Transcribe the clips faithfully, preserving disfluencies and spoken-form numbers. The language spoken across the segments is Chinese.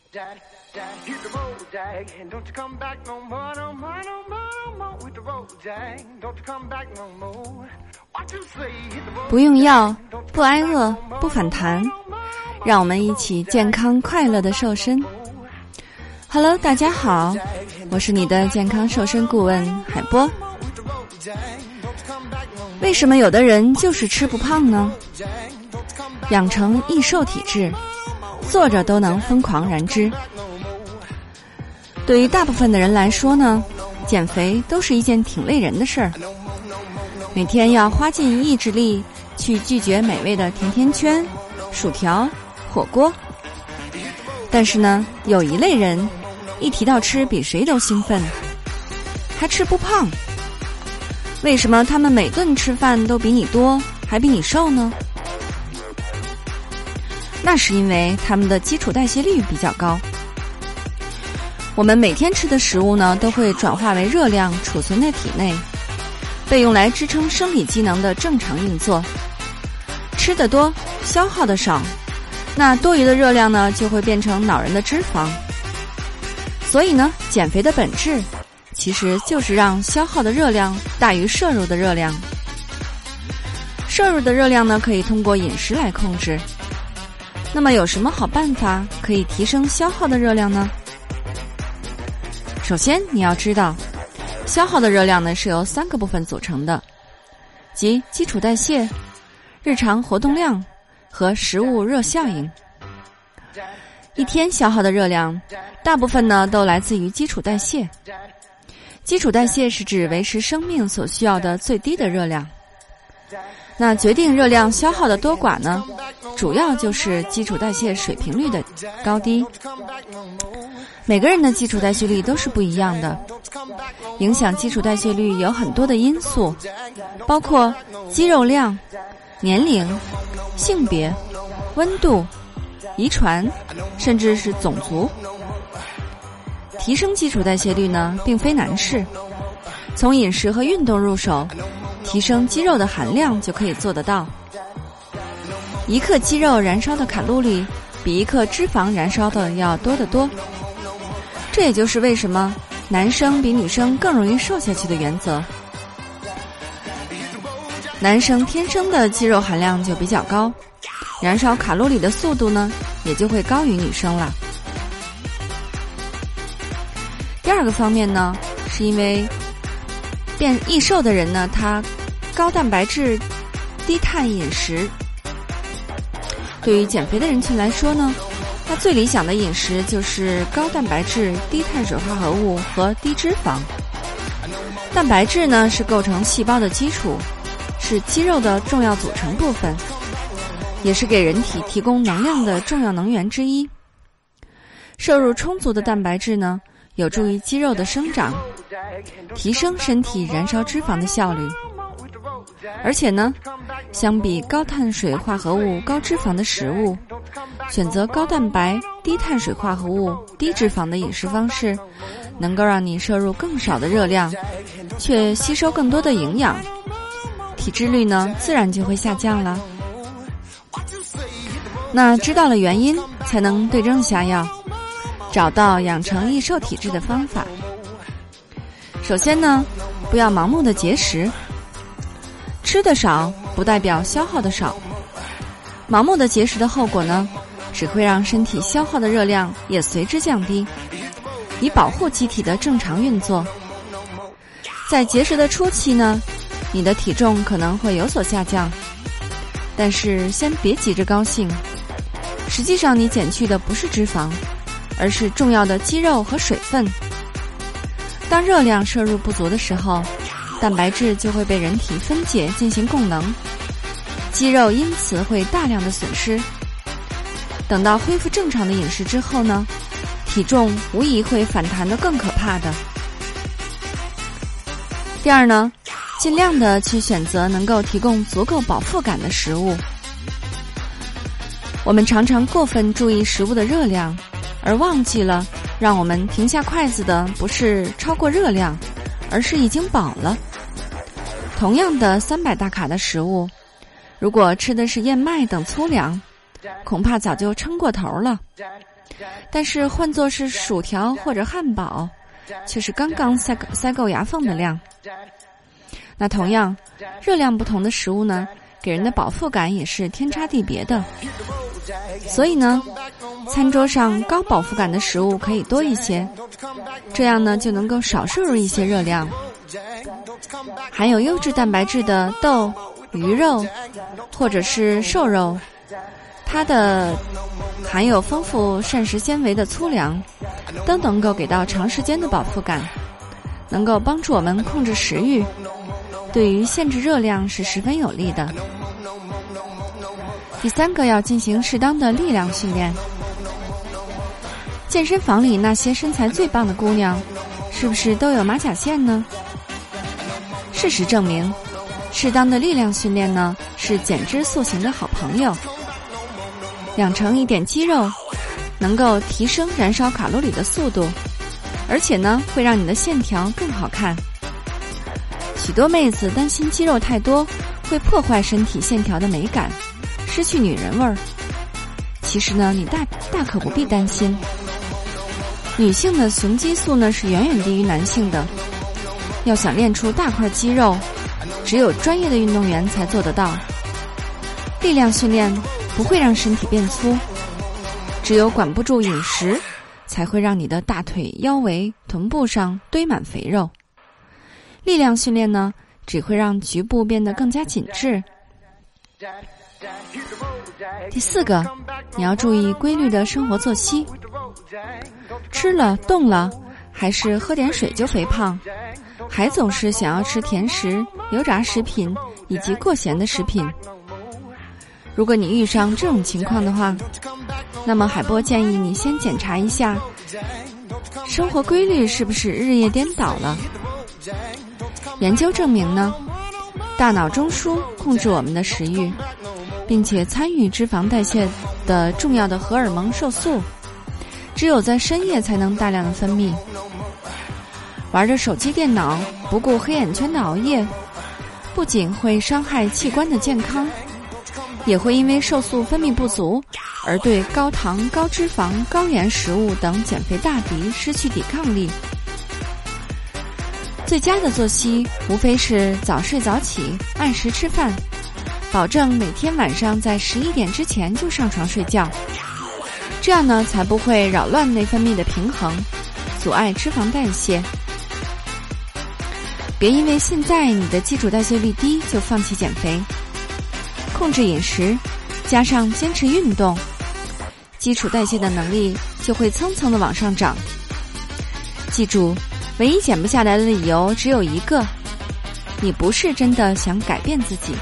不用药，不挨饿，不反弹，让我们一起健康快乐的瘦身。Hello， 大家好，我是你的健康瘦身顾问海波。为什么有的人就是吃不胖呢？养成易瘦体质，坐着都能疯狂燃脂。对于大部分的人来说呢，减肥都是一件挺累人的事儿，每天要花尽意志力去拒绝美味的甜甜圈、薯条、火锅。但是呢，有一类人一提到吃比谁都兴奋，还吃不胖。为什么他们每顿吃饭都比你多，还比你瘦呢？那是因为他们的基础代谢率比较高。我们每天吃的食物呢，都会转化为热量储存在体内，被用来支撑生理机能的正常运作。吃得多，消耗的少，那多余的热量呢，就会变成恼人的脂肪。所以呢，减肥的本质其实就是让消耗的热量大于摄入的热量。摄入的热量呢，可以通过饮食来控制。那么有什么好办法可以提升消耗的热量呢？首先你要知道，消耗的热量呢是由三个部分组成的，即基础代谢、日常活动量和食物热效应。一天消耗的热量大部分呢都来自于基础代谢。基础代谢是指维持生命所需要的最低的热量。那决定热量消耗的多寡呢，主要就是基础代谢水平率的高低。每个人的基础代谢率都是不一样的，影响基础代谢率有很多的因素，包括肌肉量、年龄、性别、温度、遗传，甚至是种族。提升基础代谢率呢，并非难事，从饮食和运动入手，提升肌肉的含量就可以做得到。一克肌肉燃烧的卡路里比一克脂肪燃烧的要多得多，这也就是为什么男生比女生更容易瘦下去的原则。男生天生的肌肉含量就比较高，燃烧卡路里的速度呢，也就会高于女生了。第二个方面呢，是因为变易瘦的人呢，他高蛋白质、低碳饮食。对于减肥的人群来说呢，他最理想的饮食就是高蛋白质、低碳水化合物和低脂肪。蛋白质呢，是构成细胞的基础，是肌肉的重要组成部分，也是给人体提供能量的重要能源之一。摄入充足的蛋白质呢，有助于肌肉的生长，提升身体燃烧脂肪的效率。而且呢，相比高碳水化合物、高脂肪的食物，选择高蛋白、低碳水化合物、低脂肪的饮食方式，能够让你摄入更少的热量，却吸收更多的营养，体脂率呢，自然就会下降了。那知道了原因，才能对症下药，找到养成易瘦体质的方法。首先呢，不要盲目的节食。吃的少不代表消耗的少，盲目的节食的后果呢，只会让身体消耗的热量也随之降低，以保护机体的正常运作。在节食的初期呢，你的体重可能会有所下降，但是先别急着高兴，实际上你减去的不是脂肪，而是重要的肌肉和水分。当热量摄入不足的时候，蛋白质就会被人体分解进行供能，肌肉因此会大量的损失。等到恢复正常的饮食之后呢，体重无疑会反弹得更可怕的。第二呢，尽量的去选择能够提供足够饱腹感的食物。我们常常过分注意食物的热量，而忘记了让我们停下筷子的不是超过热量，而是已经饱了。同样的三百大卡的食物，如果吃的是燕麦等粗粮，恐怕早就撑过头了。 但是换作是薯条或者汉堡，却是刚刚塞塞够牙缝的量。那同样，热量不同的食物呢，给人的饱腹感也是天差地别的。所以呢，餐桌上高饱腹感的食物可以多一些，这样呢就能够少摄入一些热量。含有优质蛋白质的豆、鱼肉或者是瘦肉，它的含有丰富膳食纤维的粗粮，都能够给到长时间的饱腹感，能够帮助我们控制食欲，对于限制热量是十分有利的。第三个，要进行适当的力量训练。健身房里那些身材最棒的姑娘，是不是都有马甲线呢？事实证明，适当的力量训练呢，是减脂塑形的好朋友。养成一点肌肉，能够提升燃烧卡路里的速度，而且呢，会让你的线条更好看。许多妹子担心肌肉太多会破坏身体线条的美感，失去女人味儿。其实呢，你大大可不必担心。女性的雄激素呢是远远低于男性的，要想练出大块肌肉，只有专业的运动员才做得到。力量训练不会让身体变粗，只有管不住饮食，才会让你的大腿、腰围、臀部上堆满肥肉。力量训练呢，只会让局部变得更加紧致。第四个，你要注意规律的生活作息。吃了动了，还是喝点水就肥胖，还总是想要吃甜食、油炸食品以及过咸的食品。如果你遇上这种情况的话，那么海波建议你先检查一下生活规律是不是日夜颠倒了。研究证明呢，大脑中枢控制我们的食欲，并且参与脂肪代谢的重要的荷尔蒙瘦素，只有在深夜才能大量的分泌。玩着手机电脑不顾黑眼圈的熬夜，不仅会伤害器官的健康，也会因为瘦素分泌不足而对高糖、高脂肪、高盐食物等减肥大敌失去抵抗力。最佳的作息无非是早睡早起，按时吃饭，保证每天晚上在十一点之前就上床睡觉，这样呢才不会扰乱内分泌的平衡，阻碍脂肪代谢。别因为现在你的基础代谢率低就放弃减肥，控制饮食加上坚持运动，基础代谢的能力就会蹭蹭的往上涨。记住，唯一减不下来的理由只有一个，你不是真的想改变自己。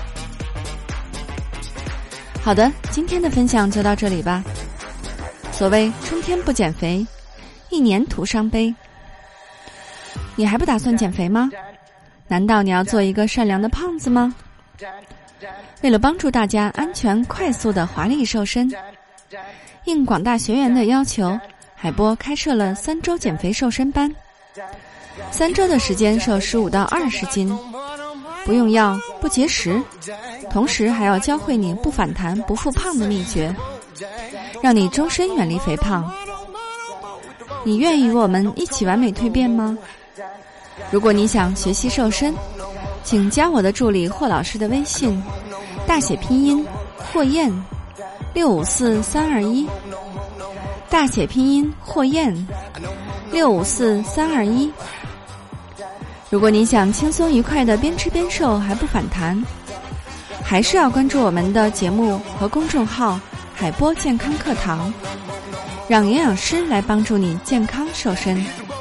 好的，今天的分享就到这里吧。所谓春天不减肥，一年徒伤悲。你还不打算减肥吗？难道你要做一个善良的胖子吗？为了帮助大家安全快速的华丽瘦身，应广大学员的要求，海波开设了三周减肥瘦身班。三周的时间瘦十五到二十斤，不用药，不节食，同时还要教会你不反弹不复胖的秘诀，让你终身远离肥胖。你愿意与我们一起完美蜕变吗？如果你想学习瘦身，请加我的助理霍老师的微信，大写拼音霍燕六五四三二一，大写拼音霍燕六五四三二一。如果你想轻松愉快的边吃边瘦还不反弹，还是要关注我们的节目和公众号海波健康课堂，让营养师来帮助你健康瘦身。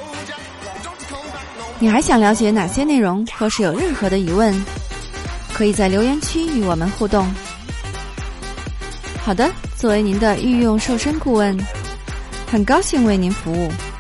你还想了解哪些内容，或是有任何的疑问，可以在留言区与我们互动。好的，作为您的御用瘦身顾问，很高兴为您服务。